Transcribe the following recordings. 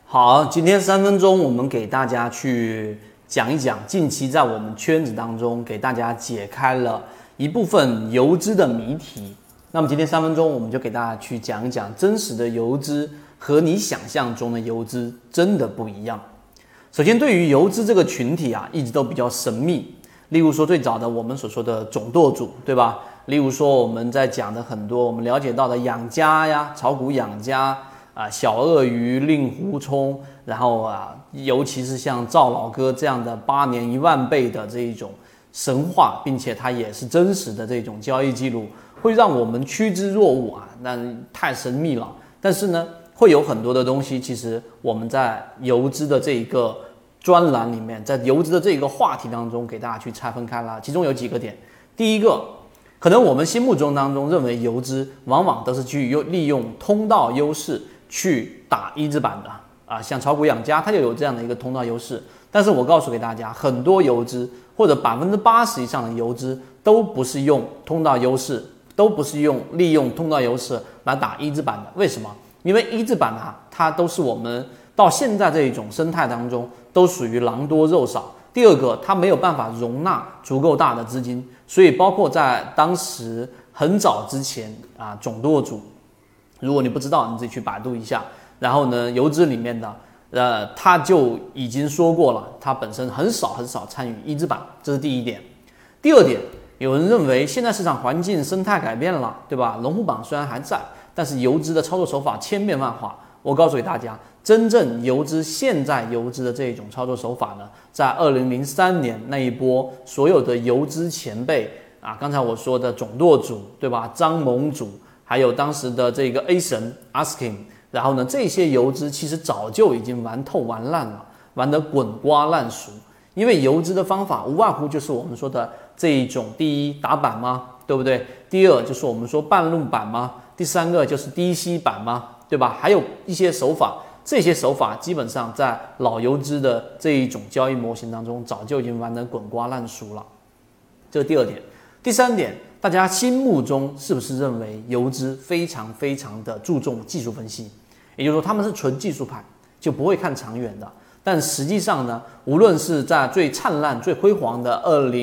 好，今天3分钟，我们给大家去讲一讲近期在我们圈子当中给大家解开了一部分游资的谜题。那么今天3分钟，我们就给大家去讲一讲真实的游资和你想象中的游资真的不一样。首先，对于游资这个群体啊，一直都比较神秘。例如说，最早的我们所说的种舵主，对吧？例如说，我们在讲的很多我们了解到的养家呀、炒股养家。小鳄鱼、令狐冲，然后尤其是像赵老哥这样的8年1万倍的这一种神话，并且它也是真实的这种交易记录，会让我们趋之若鹜啊，那太神秘了。但是呢，会有很多的东西，其实我们在游资的这一个专栏里面，在游资的这一个话题当中，给大家去拆分开了。其中有几个点，第一个，可能我们心目中当中认为游资往往都是去利用通道优势。去打一字板的像炒股养家，它就有这样的一个通道优势。但是我告诉给大家，很多游资或者80%以上的游资都不是用通道优势，都不是利用通道优势来打一字板的。为什么？因为一字板它都是我们到现在这一种生态当中都属于狼多肉少。第二个，它没有办法容纳足够大的资金，所以包括在当时很早之前种舵主。如果你不知道，你自己去百度一下。然后呢，游资里面的他就已经说过了，他本身很少参与一字板，这是第一点。第二点，有人认为现在市场环境生态改变了，对吧？龙虎榜虽然还在，但是游资的操作手法千变万化。我告诉给大家，真正现在游资的这种操作手法呢，在2003年那一波，所有的游资前辈刚才我说的种舵主，对吧？张盟主。还有当时的这个 A 神 Asking， 然后呢，这些游资其实早就已经玩透玩烂了，玩得滚瓜烂熟。因为游资的方法无外乎就是我们说的这一种：第一，打板吗？对不对？第二，就是我们说半路板吗？第三个就是低吸板吗？对吧？还有一些手法，这些手法基本上在老游资的这一种交易模型当中，早就已经玩得滚瓜烂熟了。这是第二点。第三点。大家心目中是不是认为游资非常的注重技术分析？也就是说，他们是纯技术派，就不会看长远的。但实际上呢，无论是在最灿烂、最辉煌的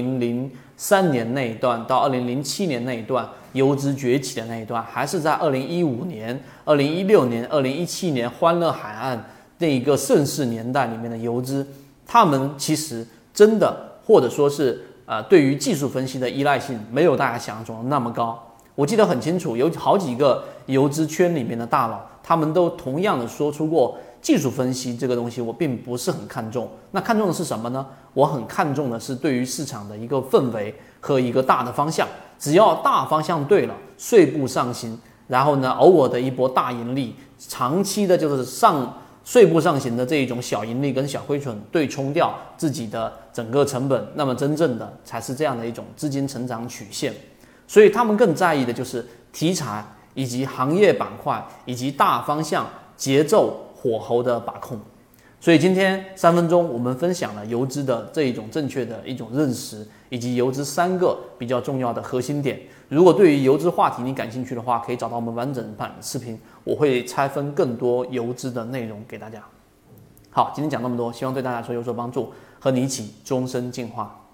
2003年那一段到2007年那一段游资崛起的那一段，还是在2015年、2016年、2017年欢乐海岸那一个盛世年代里面的游资，他们其实真的或者说是对于技术分析的依赖性没有大家想象中的那么高。我记得很清楚，有好几个游资圈里面的大佬，他们都同样的说出过，技术分析这个东西我并不是很看重。那看重的是什么呢？我很看重的是对于市场的一个氛围和一个大的方向。只要大方向对了，碎步上行，然后呢，偶尔的一波大盈利，长期的就是碎步上行的这一种小盈利跟小亏损对冲掉自己的整个成本，那么真正的才是这样的一种资金成长曲线。所以他们更在意的就是题材以及行业板块以及大方向节奏火候的把控。所以今天3分钟我们分享了游资的这一种正确的一种认识，以及游资3个比较重要的核心点。如果对于游资话题你感兴趣的话，可以找到我们完整版视频，我会拆分更多游资的内容给大家。好，今天讲那么多，希望对大家说有所帮助，和你一起终身进化。